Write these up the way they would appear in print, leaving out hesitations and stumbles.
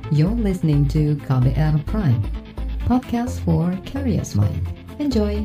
You're listening to KBR Prime, podcast for curious mind. Enjoy!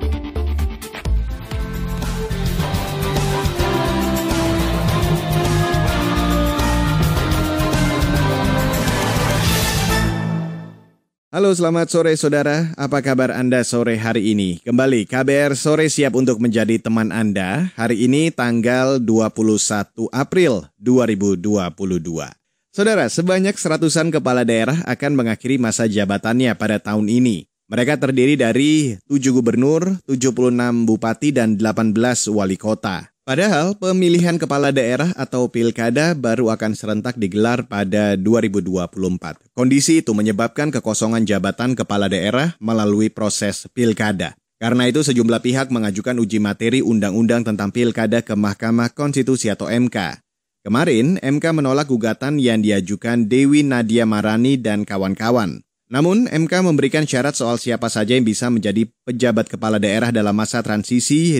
Halo, selamat sore saudara. Apa kabar Anda sore hari ini? Kembali KBR Sore siap untuk menjadi teman Anda. Hari ini tanggal 21 April 2022. Saudara, sebanyak 100-an kepala daerah akan mengakhiri masa jabatannya pada tahun ini. Mereka terdiri dari 7 gubernur, 76 bupati, dan 18 wali kota. Padahal pemilihan kepala daerah atau pilkada baru akan serentak digelar pada 2024. Kondisi itu menyebabkan kekosongan jabatan kepala daerah melalui proses pilkada. Karena itu sejumlah pihak mengajukan uji materi undang-undang tentang pilkada ke Mahkamah Konstitusi atau MK. Kemarin, MK menolak gugatan yang diajukan Dewi Nadia Marani dan kawan-kawan. Namun, MK memberikan syarat soal siapa saja yang bisa menjadi pejabat kepala daerah dalam masa transisi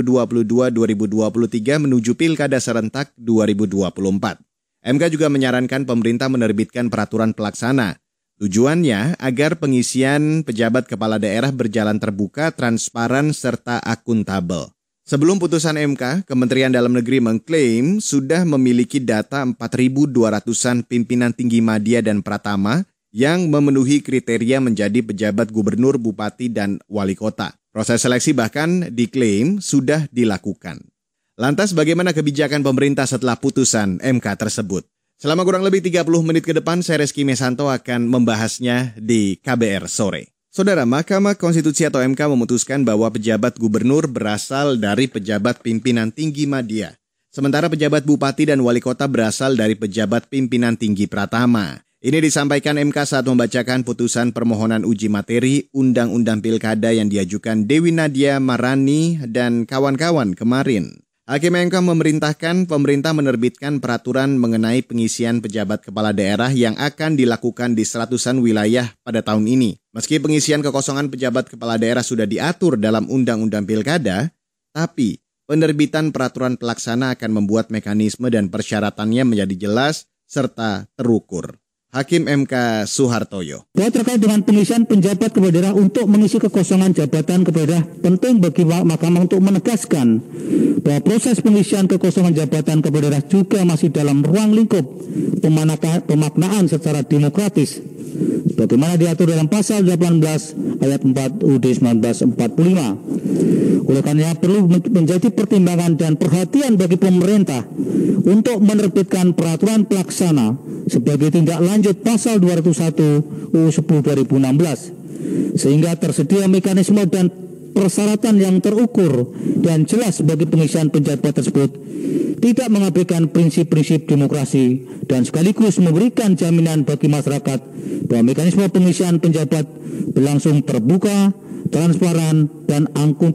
2022-2023 menuju Pilkada Serentak 2024. MK juga menyarankan pemerintah menerbitkan peraturan pelaksana. Tujuannya agar pengisian pejabat kepala daerah berjalan terbuka, transparan, serta akuntabel. Sebelum putusan MK, Kementerian Dalam Negeri mengklaim sudah memiliki data 4.200-an pimpinan tinggi media dan pratama yang memenuhi kriteria menjadi pejabat gubernur, bupati, dan wali kota. Proses seleksi bahkan diklaim sudah dilakukan. Lantas bagaimana kebijakan pemerintah setelah putusan MK tersebut? Selama kurang lebih 30 menit ke depan, saya Reski Mesanto akan membahasnya di KBR Sore. Saudara, Mahkamah Konstitusi atau MK memutuskan bahwa pejabat gubernur berasal dari pejabat pimpinan tinggi media. Sementara pejabat bupati dan wali kota berasal dari pejabat pimpinan tinggi pratama. Ini disampaikan MK saat membacakan putusan permohonan uji materi Undang-Undang Pilkada yang diajukan Dewi Nadia Marani dan kawan-kawan kemarin. Hakim MK memerintahkan pemerintah menerbitkan peraturan mengenai pengisian pejabat kepala daerah yang akan dilakukan di 100-an wilayah pada tahun ini. Meski pengisian kekosongan pejabat kepala daerah sudah diatur dalam Undang-Undang Pilkada, tapi penerbitan peraturan pelaksana akan membuat mekanisme dan persyaratannya menjadi jelas serta terukur. Hakim MK Suhartoyo. Bahwa terkait dengan pengisian penjabat kepala daerah untuk mengisi kekosongan jabatan kepala daerah, penting bagi Mahkamah untuk menegaskan bahwa proses pengisian kekosongan jabatan kepala daerah juga masih dalam ruang lingkup pemaknaan secara demokratis, bagaimana diatur dalam pasal 18 ayat 4 UUD 1945. Oleh karena perlu menjadi pertimbangan dan perhatian bagi pemerintah untuk menerbitkan peraturan pelaksana sebagai tindak lanjut pasal 201 UU 10 2016 sehingga tersedia mekanisme dan persyaratan yang terukur dan jelas bagi pengisian penjabat tersebut, tidak mengabaikan prinsip-prinsip demokrasi dan sekaligus memberikan jaminan bagi masyarakat bahwa mekanisme pengisian penjabat berlangsung terbuka, transparan, dan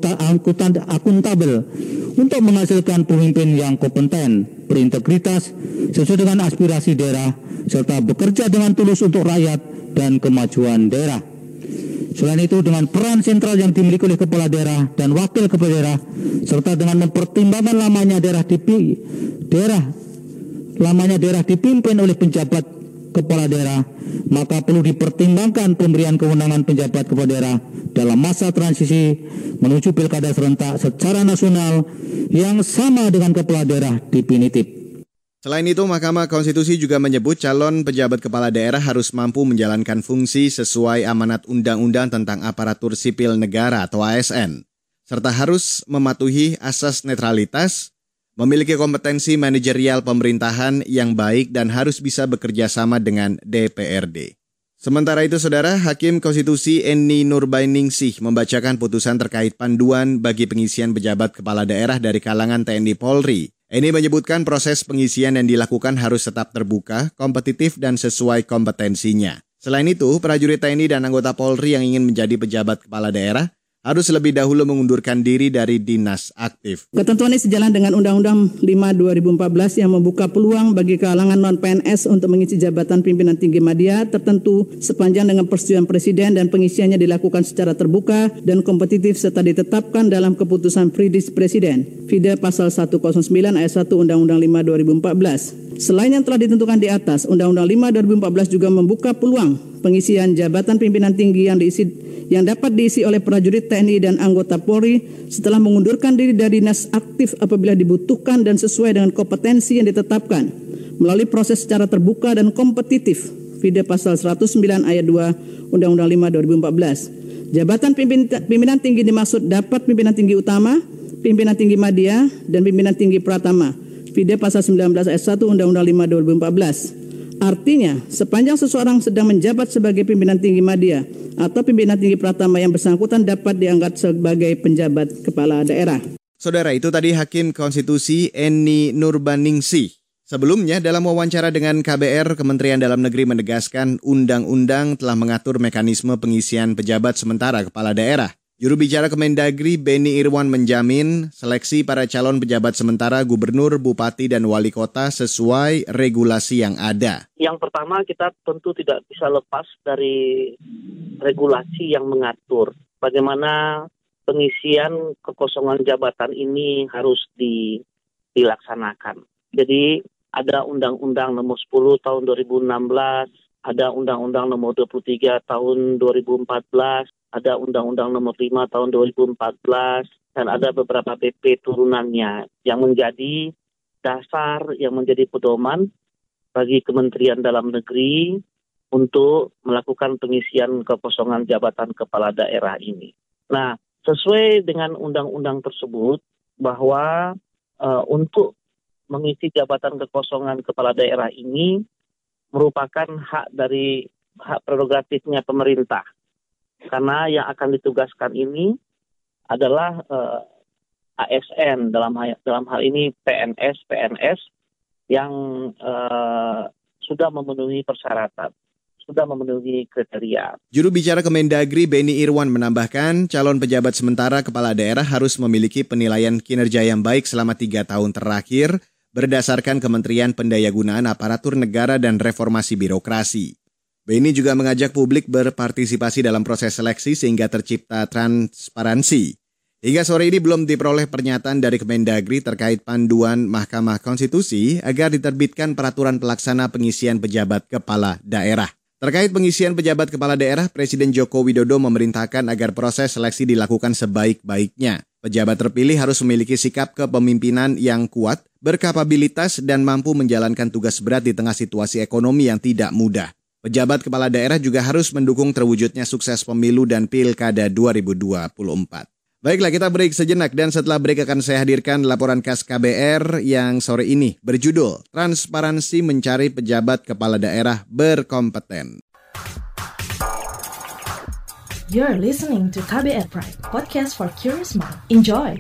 akuntabel untuk menghasilkan pemimpin yang kompeten, berintegritas, sesuai dengan aspirasi daerah, serta bekerja dengan tulus untuk rakyat dan kemajuan daerah. Selain itu, dengan peran sentral yang dimiliki oleh kepala daerah dan wakil kepala daerah, serta dengan mempertimbangkan lamanya daerah dipimpin oleh penjabat kepala daerah, maka perlu dipertimbangkan pemberian kewenangan penjabat kepala daerah dalam masa transisi menuju pilkada serentak secara nasional yang sama dengan kepala daerah definitif. Selain itu, Mahkamah Konstitusi juga menyebut calon pejabat kepala daerah harus mampu menjalankan fungsi sesuai amanat Undang-Undang tentang Aparatur Sipil Negara atau ASN, serta harus mematuhi asas netralitas, memiliki kompetensi manajerial pemerintahan yang baik, dan harus bisa bekerja sama dengan DPRD. Sementara itu, Saudara, Hakim Konstitusi Eni Nurbainingsih membacakan putusan terkait panduan bagi pengisian pejabat kepala daerah dari kalangan TNI Polri. Eni menyebutkan proses pengisian yang dilakukan harus tetap terbuka, kompetitif, dan sesuai kompetensinya. Selain itu, prajurit TNI dan anggota Polri yang ingin menjadi pejabat kepala daerah harus lebih dahulu mengundurkan diri dari dinas aktif. Ketentuan ini sejalan dengan Undang-Undang 5/2014 yang membuka peluang bagi kalangan non-PNS untuk mengisi jabatan pimpinan tinggi media tertentu sepanjang dengan persetujuan Presiden dan pengisiannya dilakukan secara terbuka dan kompetitif serta ditetapkan dalam keputusan Fridis Presiden. Fida pasal 109 ayat 1 Undang-Undang 5/2014. Selain yang telah ditentukan di atas, Undang-Undang 5 2014 juga membuka peluang pengisian jabatan pimpinan tinggi yang dapat diisi oleh prajurit TNI dan anggota Polri setelah mengundurkan diri dari dinas aktif apabila dibutuhkan dan sesuai dengan kompetensi yang ditetapkan melalui proses secara terbuka dan kompetitif. Vide pasal 109 ayat 2 Undang-Undang 5 2014. Jabatan pimpinan tinggi dimaksud dapat pimpinan tinggi utama, pimpinan tinggi madya, dan pimpinan tinggi pratama. Vide pasal 19 ayat 1 Undang-Undang 5 2014. Artinya, sepanjang seseorang sedang menjabat sebagai pimpinan tinggi madya atau pimpinan tinggi pratama yang bersangkutan dapat dianggap sebagai penjabat kepala daerah. Saudara, itu tadi Hakim Konstitusi Eni Nurbaningsih. Sebelumnya, dalam wawancara dengan KBR, Kementerian Dalam Negeri menegaskan undang-undang telah mengatur mekanisme pengisian pejabat sementara kepala daerah. Juru bicara Kemendagri Beni Irwan menjamin seleksi para calon pejabat sementara gubernur, bupati, dan wali kota sesuai regulasi yang ada. Yang pertama, kita tentu tidak bisa lepas dari regulasi yang mengatur bagaimana pengisian kekosongan jabatan ini harus dilaksanakan. Jadi ada Undang-Undang Nomor 10 Tahun 2016, ada Undang-Undang Nomor 23 Tahun 2014, ada Undang-Undang Nomor 5 Tahun 2014, dan ada beberapa PP turunannya yang menjadi dasar, yang menjadi pedoman bagi Kementerian Dalam Negeri untuk melakukan pengisian kekosongan jabatan kepala daerah ini. Nah, sesuai dengan undang-undang tersebut bahwa untuk mengisi jabatan kekosongan kepala daerah ini merupakan hak prerogatifnya pemerintah. Karena yang akan ditugaskan ini adalah ASN, dalam hal ini PNS yang sudah memenuhi persyaratan, sudah memenuhi kriteria. Juru bicara Kemendagri Beni Irwan menambahkan calon pejabat sementara kepala daerah harus memiliki penilaian kinerja yang baik selama 3 tahun terakhir berdasarkan Kementerian Pendayagunaan Aparatur Negara dan Reformasi Birokrasi. Beni juga mengajak publik berpartisipasi dalam proses seleksi sehingga tercipta transparansi. Hingga sore ini belum diperoleh pernyataan dari Kemendagri terkait panduan Mahkamah Konstitusi agar diterbitkan peraturan pelaksana pengisian pejabat kepala daerah. Terkait pengisian pejabat kepala daerah, Presiden Joko Widodo memerintahkan agar proses seleksi dilakukan sebaik-baiknya. Pejabat terpilih harus memiliki sikap kepemimpinan yang kuat, berkapabilitas, dan mampu menjalankan tugas berat di tengah situasi ekonomi yang tidak mudah. Pejabat kepala daerah juga harus mendukung terwujudnya sukses pemilu dan pilkada 2024. Baiklah, kita break sejenak dan setelah break akan saya hadirkan laporan khas KBR yang sore ini berjudul Transparansi Mencari Pejabat Kepala Daerah Berkompeten. You're listening to KBR Pride, podcast for curious mind. Enjoy!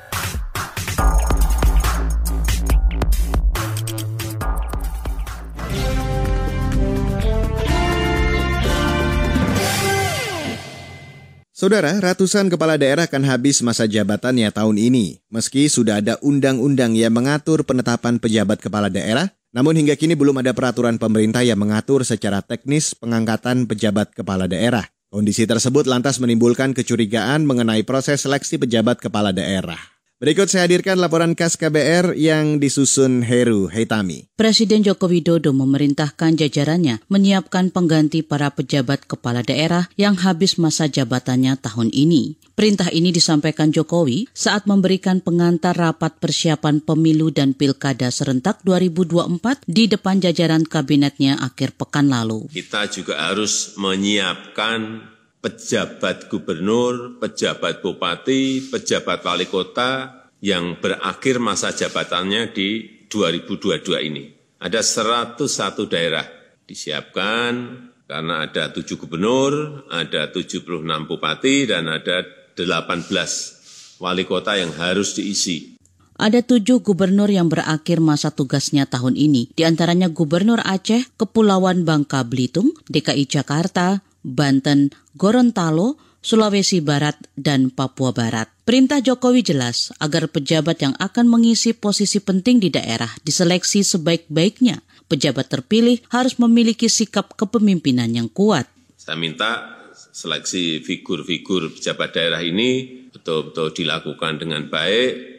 Saudara, ratusan kepala daerah akan habis masa jabatannya tahun ini. Meski sudah ada undang-undang yang mengatur penetapan pejabat kepala daerah, namun hingga kini belum ada peraturan pemerintah yang mengatur secara teknis pengangkatan pejabat kepala daerah. Kondisi tersebut lantas menimbulkan kecurigaan mengenai proses seleksi pejabat kepala daerah. Berikut saya hadirkan laporan khas KBR yang disusun Heru Haitami. Presiden Joko Widodo memerintahkan jajarannya menyiapkan pengganti para pejabat kepala daerah yang habis masa jabatannya tahun ini. Perintah ini disampaikan Jokowi saat memberikan pengantar rapat persiapan pemilu dan pilkada serentak 2024 di depan jajaran kabinetnya akhir pekan lalu. Kita juga harus menyiapkan pejabat gubernur, pejabat bupati, pejabat wali kota yang berakhir masa jabatannya di 2022 ini. Ada 101 daerah disiapkan karena ada 7 gubernur, ada 76 bupati, dan ada 18 wali kota yang harus diisi. Ada 7 gubernur yang berakhir masa tugasnya tahun ini, di antaranya Gubernur Aceh, Kepulauan Bangka Belitung, DKI Jakarta, Banten, Gorontalo, Sulawesi Barat, dan Papua Barat. Perintah Jokowi jelas agar pejabat yang akan mengisi posisi penting di daerah diseleksi sebaik-baiknya. Pejabat terpilih harus memiliki sikap kepemimpinan yang kuat. Saya minta seleksi figur-figur pejabat daerah ini betul-betul dilakukan dengan baik,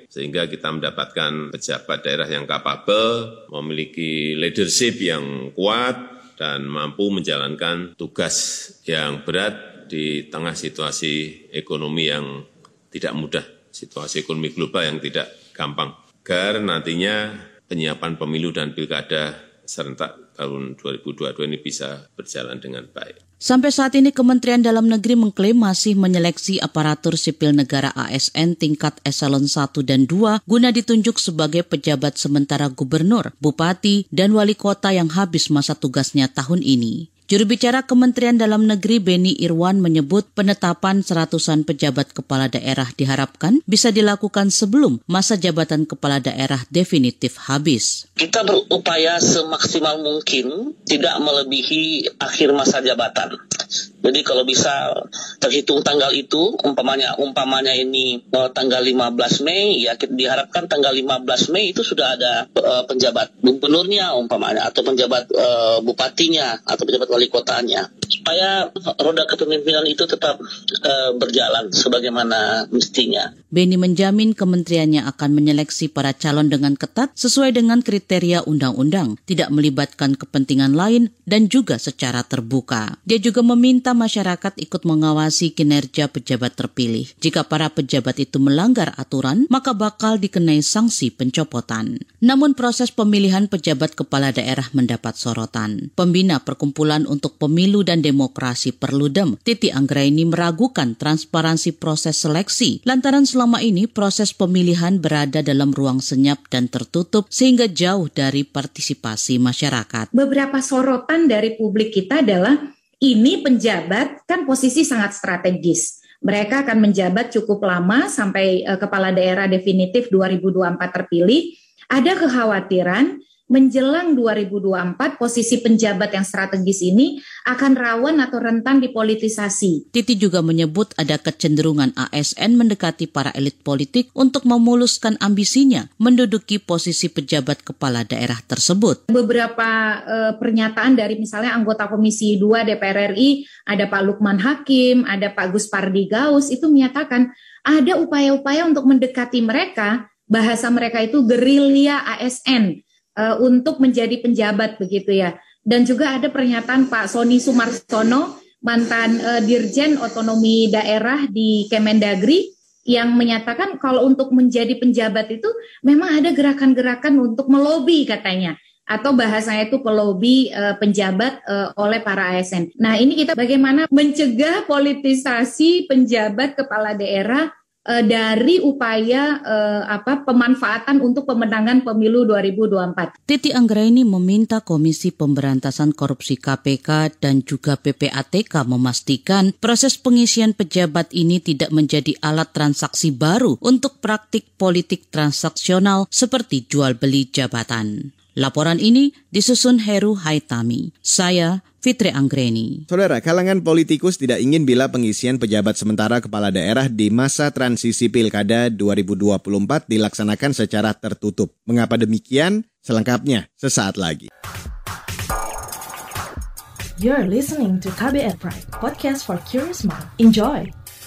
sehingga kita mendapatkan pejabat daerah yang kapabel, memiliki leadership yang kuat, dan mampu menjalankan tugas yang berat di tengah situasi ekonomi yang tidak mudah, situasi ekonomi global yang tidak gampang. Agar nantinya penyiapan pemilu dan pilkada serentak tahun 2022 ini bisa berjalan dengan baik. Sampai saat ini Kementerian Dalam Negeri mengklaim masih menyeleksi aparatur sipil negara ASN tingkat eselon 1 dan 2 guna ditunjuk sebagai pejabat sementara gubernur, bupati, dan wali kota yang habis masa tugasnya tahun ini. Juru bicara Kementerian Dalam Negeri Beni Irwan menyebut penetapan seratusan pejabat kepala daerah diharapkan bisa dilakukan sebelum masa jabatan kepala daerah definitif habis. Kita berupaya semaksimal mungkin tidak melebihi akhir masa jabatan. Jadi kalau bisa terhitung tanggal itu, umpamanya ini tanggal 15 Mei, ya diharapkan tanggal 15 Mei itu sudah ada penjabat gubernurnya umpamanya, atau penjabat bupatinya, atau penjabat wali kotanya, supaya roda kepemimpinan itu tetap berjalan sebagaimana mestinya. Beni menjamin kementeriannya akan menyeleksi para calon dengan ketat sesuai dengan kriteria undang-undang, tidak melibatkan kepentingan lain dan juga secara terbuka. Dia juga meminta masyarakat ikut mengawasi kinerja pejabat terpilih. Jika para pejabat itu melanggar aturan, maka bakal dikenai sanksi pencopotan. Namun proses pemilihan pejabat kepala daerah mendapat sorotan. Pembina Perkumpulan untuk Pemilu dan Demokrasi Perludem, Titi Anggraini, meragukan transparansi proses seleksi lantaran selama ini proses pemilihan berada dalam ruang senyap dan tertutup sehingga jauh dari partisipasi masyarakat. Beberapa sorotan dari publik kita adalah ini penjabat kan posisi sangat strategis. Mereka akan menjabat cukup lama sampai kepala daerah definitif 2024 terpilih. Ada kekhawatiran menjelang 2024 posisi penjabat yang strategis ini akan rawan atau rentan dipolitisasi. Titi juga menyebut ada kecenderungan ASN mendekati para elit politik untuk memuluskan ambisinya menduduki posisi pejabat kepala daerah tersebut. Beberapa pernyataan dari misalnya anggota Komisi 2 DPR RI, ada Pak Lukman Hakim, ada Pak Gus Pardi Gaus, itu menyatakan ada upaya-upaya untuk mendekati mereka, bahasa mereka itu gerilya ASN, untuk menjadi penjabat begitu ya. Dan juga ada pernyataan Pak Sony Sumarsono, mantan Dirjen Otonomi Daerah di Kemendagri, yang menyatakan kalau untuk menjadi penjabat itu memang ada gerakan-gerakan untuk melobi katanya, atau bahasanya itu pelobi penjabat oleh para ASN. Nah, ini kita bagaimana mencegah politisasi penjabat kepala daerah dari upaya pemanfaatan untuk pemenangan pemilu 2024. Titi Anggraini meminta Komisi Pemberantasan Korupsi KPK dan juga PPATK memastikan proses pengisian pejabat ini tidak menjadi alat transaksi baru untuk praktik politik transaksional seperti jual beli jabatan. Laporan ini disusun Heru Haitami. Saya Fitri Anggraini. Saudara, kalangan politikus tidak ingin bila pengisian pejabat sementara kepala daerah di masa transisi Pilkada 2024 dilaksanakan secara tertutup. Mengapa demikian? Selengkapnya sesaat lagi. You're listening to KBR Pride, podcast for curious mind. Enjoy!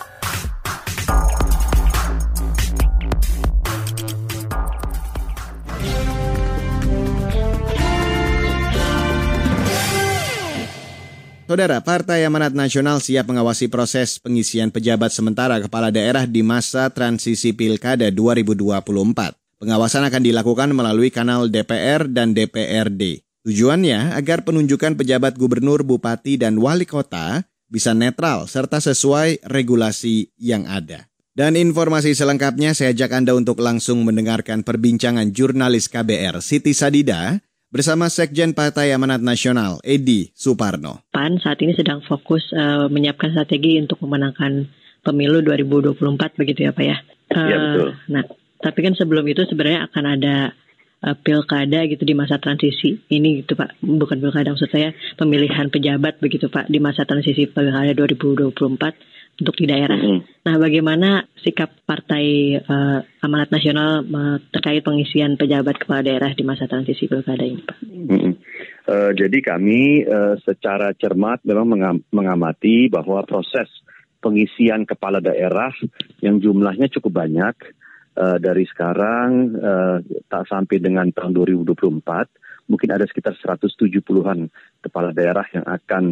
Saudara, Partai Amanat Nasional siap mengawasi proses pengisian pejabat sementara kepala daerah di masa transisi Pilkada 2024. Pengawasan akan dilakukan melalui kanal DPR dan DPRD. Tujuannya agar penunjukan pejabat gubernur, bupati, dan wali kota bisa netral serta sesuai regulasi yang ada. Dan informasi selengkapnya saya ajak Anda untuk langsung mendengarkan perbincangan jurnalis KBR Siti Sadida bersama Sekjen Partai Amanat Nasional, Edi Suparno. PAN saat ini sedang fokus menyiapkan strategi untuk memenangkan pemilu 2024, begitu ya Pak ya? Iya betul. Nah, tapi kan sebelum itu sebenarnya akan ada pilkada gitu di masa transisi ini gitu Pak. Bukan pilkada, maksud saya pemilihan pejabat begitu Pak di masa transisi pilkada 2024 untuk di daerah. Nah, bagaimana sikap Partai Amanat Nasional terkait pengisian pejabat kepala daerah di masa transisi pilkada ini, Pak? Jadi kami secara cermat memang mengamati bahwa proses pengisian kepala daerah yang jumlahnya cukup banyak dari sekarang tak sampai dengan tahun 2024, mungkin ada sekitar 170-an kepala daerah yang akan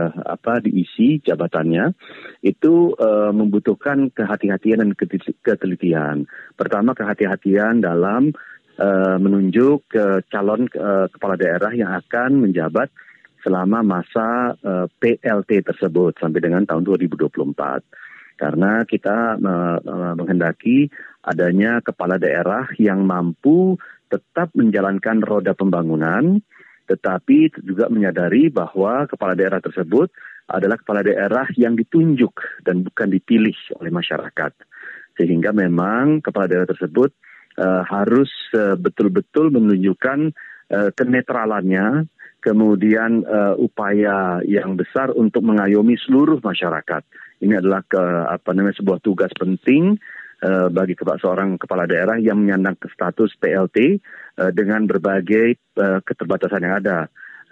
diisi jabatannya. Itu membutuhkan kehati-hatian dan ketelitian. Pertama, kehati-hatian dalam menunjuk calon kepala daerah yang akan menjabat selama masa PLT tersebut sampai dengan tahun 2024. Karena kita menghendaki adanya kepala daerah yang mampu tetap menjalankan roda pembangunan, tetapi juga menyadari bahwa kepala daerah tersebut adalah kepala daerah yang ditunjuk dan bukan dipilih oleh masyarakat. Sehingga memang kepala daerah tersebut harus betul-betul menunjukkan kenetralannya, kemudian upaya yang besar untuk mengayomi seluruh masyarakat. Ini adalah sebuah tugas penting bagi seorang kepala daerah yang menyandang status PLT dengan berbagai keterbatasan yang ada.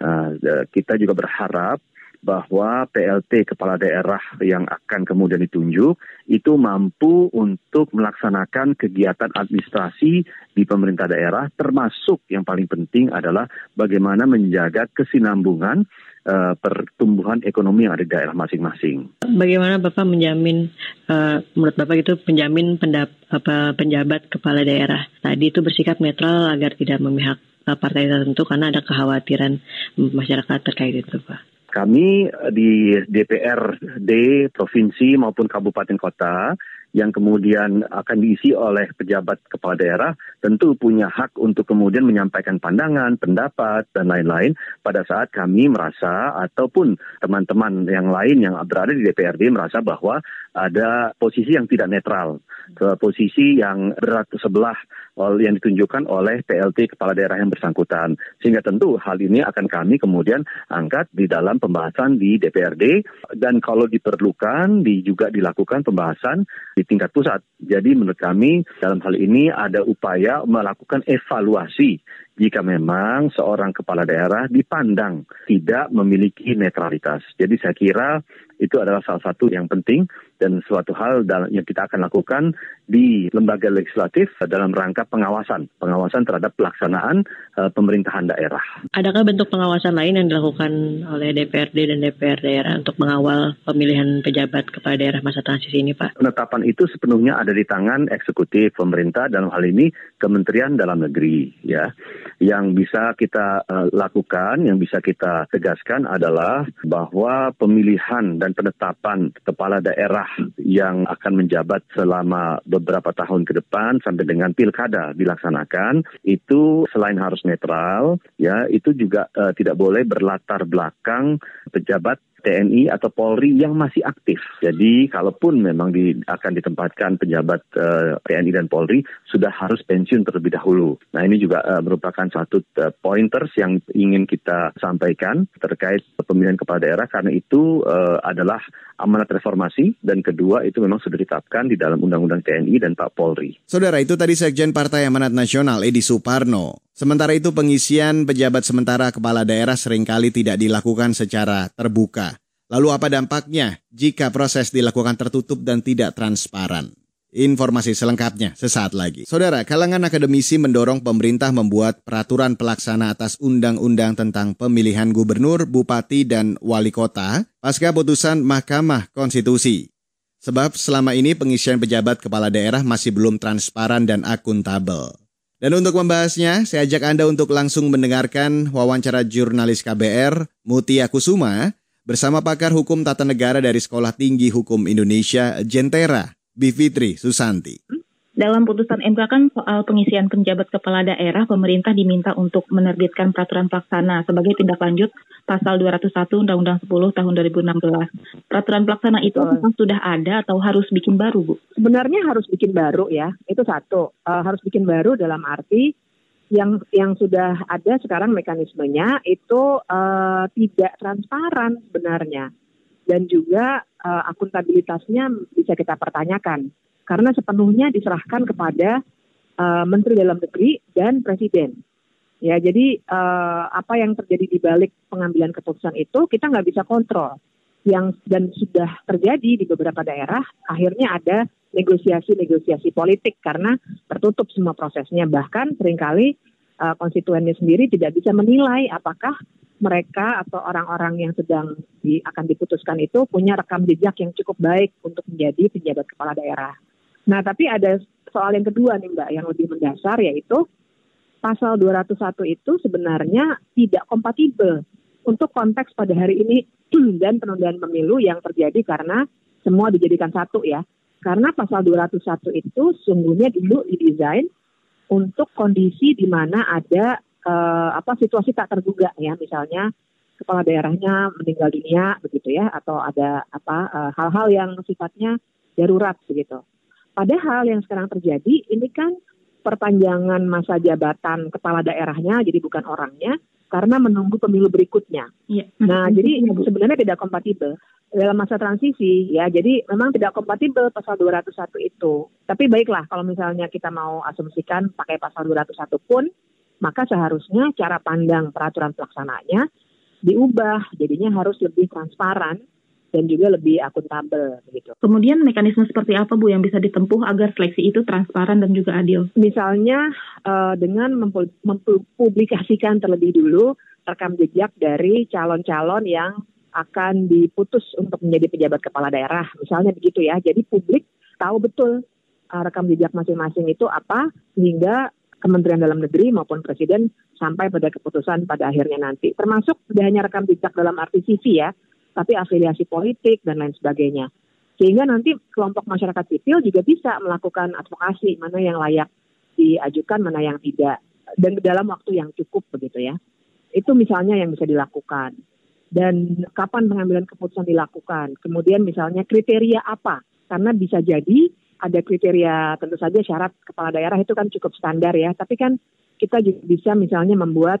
Kita juga berharap bahwa PLT kepala daerah yang akan kemudian ditunjuk itu mampu untuk melaksanakan kegiatan administrasi di pemerintah daerah, termasuk yang paling penting adalah bagaimana menjaga kesinambungan pertumbuhan ekonomi yang ada di daerah masing-masing. Bagaimana Bapak menjamin, menurut Bapak itu menjamin penjabat kepala daerah tadi itu bersikap netral agar tidak memihak partai tertentu karena ada kekhawatiran masyarakat terkait itu, Pak? Kami di DPRD provinsi maupun kabupaten kota yang kemudian akan diisi oleh pejabat kepala daerah tentu punya hak untuk kemudian menyampaikan pandangan, pendapat, dan lain-lain pada saat kami merasa ataupun teman-teman yang lain yang berada di DPRD merasa bahwa ada posisi yang tidak netral, posisi yang berat sebelah yang ditunjukkan oleh PLT kepala daerah yang bersangkutan. Sehingga tentu hal ini akan kami kemudian angkat di dalam pembahasan di DPRD dan kalau diperlukan juga dilakukan pembahasan di tingkat pusat. Jadi menurut kami dalam hal ini ada upaya melakukan evaluasi jika memang seorang kepala daerah dipandang tidak memiliki netralitas. Jadi saya kira itu adalah salah satu yang penting dan suatu hal yang kita akan lakukan di lembaga legislatif dalam rangka pengawasan terhadap pelaksanaan pemerintahan daerah. Adakah bentuk pengawasan lain yang dilakukan oleh DPRD dan DPR daerah untuk mengawal pemilihan pejabat kepala daerah masa transisi ini, Pak? Penetapan itu sepenuhnya ada di tangan eksekutif pemerintah, dalam hal ini Kementerian Dalam Negeri, ya. Yang bisa kita lakukan, yang bisa kita tegaskan adalah bahwa pemilihan dan penetapan kepala daerah yang akan menjabat selama beberapa tahun ke depan sampai dengan pilkada dilaksanakan itu selain harus netral, ya, itu juga tidak boleh berlatar belakang pejabat TNI atau Polri yang masih aktif. Jadi kalaupun memang akan ditempatkan pejabat TNI dan Polri sudah harus pensiun terlebih dahulu. Nah ini juga merupakan satu pointers yang ingin kita sampaikan terkait pemilihan kepala daerah karena itu adalah amanat reformasi dan kedua itu memang sudah ditetapkan di dalam Undang-Undang TNI dan Pak Polri. Saudara, itu tadi Sekjen Partai Amanat Nasional Edi Suparno. Sementara itu pengisian pejabat sementara kepala daerah seringkali tidak dilakukan secara terbuka. Lalu apa dampaknya jika proses dilakukan tertutup dan tidak transparan? Informasi selengkapnya sesaat lagi. Saudara, kalangan akademisi mendorong pemerintah membuat peraturan pelaksana atas undang-undang tentang pemilihan gubernur, bupati, dan wali kota pasca putusan Mahkamah Konstitusi. Sebab selama ini pengisian pejabat kepala daerah masih belum transparan dan akuntabel. Dan untuk membahasnya, saya ajak Anda untuk langsung mendengarkan wawancara jurnalis KBR, Mutia Kusuma, bersama pakar hukum tata negara dari Sekolah Tinggi Hukum Indonesia, Jentera, Bivitri Susanti. Dalam putusan MK kan soal pengisian penjabat kepala daerah, pemerintah diminta untuk menerbitkan peraturan pelaksana sebagai tindak lanjut pasal 201 Undang-Undang 10 tahun 2016. Peraturan pelaksana itu sudah ada atau harus bikin baru, Bu? Sebenarnya harus bikin baru ya, itu satu. Harus bikin baru dalam arti yang sudah ada sekarang mekanismenya itu tidak transparan sebenarnya. Dan juga akuntabilitasnya bisa kita pertanyakan. Karena sepenuhnya diserahkan kepada Menteri Dalam Negeri dan Presiden. Ya, jadi apa yang terjadi di balik pengambilan keputusan itu kita nggak bisa kontrol. Dan sudah terjadi di beberapa daerah, akhirnya ada negosiasi politik karena tertutup semua prosesnya. Bahkan seringkali konstituennya sendiri tidak bisa menilai apakah mereka atau orang-orang yang sedang akan diputuskan itu punya rekam jejak yang cukup baik untuk menjadi penjabat kepala daerah. Nah, tapi ada soal yang kedua nih Mbak, yang lebih mendasar, yaitu pasal 201 itu sebenarnya tidak kompatibel untuk konteks pada hari ini dan penundaan pemilu yang terjadi karena semua dijadikan satu ya. Karena pasal 201 itu sungguhnya dulu didesain untuk kondisi di mana ada situasi tak terduga ya, misalnya kepala daerahnya meninggal dunia begitu ya, atau ada hal-hal yang sifatnya darurat begitu. Padahal yang sekarang terjadi ini kan perpanjangan masa jabatan kepala daerahnya, jadi bukan orangnya, karena menunggu pemilu berikutnya. Ya. Nah, jadi sebenarnya tidak kompatibel dalam masa transisi ya. Jadi memang tidak kompatibel pasal 201 itu. Tapi baiklah, kalau misalnya kita mau asumsikan pakai pasal 201 pun, maka seharusnya cara pandang peraturan pelaksananya diubah, jadinya harus lebih transparan dan juga lebih akuntabel begitu. Kemudian mekanisme seperti apa Bu yang bisa ditempuh agar seleksi itu transparan dan juga adil? Misalnya dengan mempublikasikan terlebih dulu rekam jejak dari calon-calon yang akan diputus untuk menjadi pejabat kepala daerah, misalnya begitu ya. Jadi publik tahu betul rekam jejak masing-masing itu apa, sehingga Kementerian Dalam Negeri maupun Presiden sampai pada keputusan pada akhirnya nanti. Termasuk tidak hanya rekam jejak dalam arti CV ya, tapi afiliasi politik dan lain sebagainya. Sehingga nanti kelompok masyarakat sipil juga bisa melakukan advokasi mana yang layak diajukan, mana yang tidak. Dan dalam waktu yang cukup begitu ya. Itu misalnya yang bisa dilakukan. Dan kapan pengambilan keputusan dilakukan. Kemudian misalnya kriteria apa. Karena bisa jadi ada kriteria, tentu saja syarat kepala daerah itu kan cukup standar ya. Tapi kan kita juga bisa misalnya membuat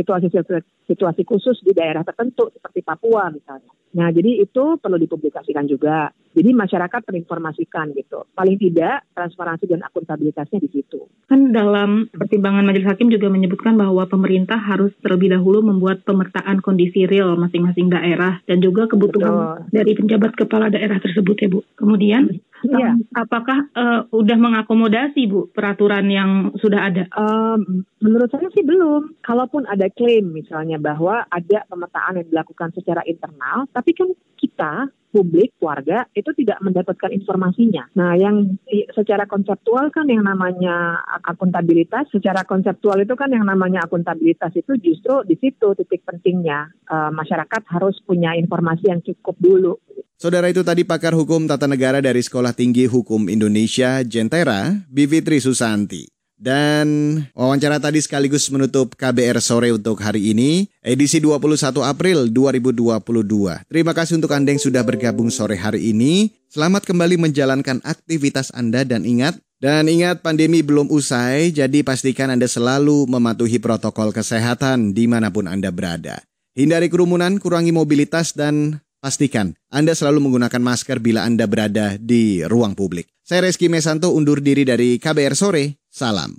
situasi khusus di daerah tertentu seperti Papua misalnya. Nah, jadi itu perlu dipublikasikan juga. Jadi masyarakat terinformasikan gitu. Paling tidak transparansi dan akuntabilitasnya di situ. Kan dalam pertimbangan Majelis Hakim juga menyebutkan bahwa pemerintah harus terlebih dahulu membuat pemetaan kondisi real masing-masing daerah dan juga kebutuhan dari penjabat kepala daerah tersebut ya Bu. Kemudian apakah udah mengakomodasi Bu peraturan yang sudah ada? Menurut saya sih belum. Kalaupun ada klaim misalnya bahwa ada pemetaan yang dilakukan secara internal, tapi kan kita, publik, warga, itu tidak mendapatkan informasinya. Nah, yang secara konseptual kan yang namanya akuntabilitas, secara konseptual itu kan yang namanya akuntabilitas itu justru di situ titik pentingnya. Masyarakat harus punya informasi yang cukup dulu. Saudara, itu tadi pakar hukum tata negara dari Sekolah Tinggi Hukum Indonesia, Jentera, Bivitri Susanti. Dan wawancara tadi sekaligus menutup KBR Sore untuk hari ini, edisi 21 April 2022. Terima kasih untuk Anda yang sudah bergabung sore hari ini. Selamat kembali menjalankan aktivitas Anda dan ingat pandemi belum usai, jadi pastikan Anda selalu mematuhi protokol kesehatan dimanapun Anda berada. Hindari kerumunan, kurangi mobilitas, dan pastikan Anda selalu menggunakan masker bila Anda berada di ruang publik. Saya Reski Mesanto undur diri dari KBR Sore. Salam.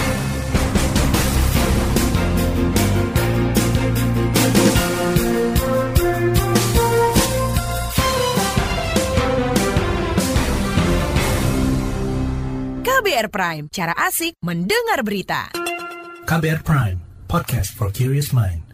KBR Prime, cara asik mendengar berita. KBR Prime, podcast for curious mind.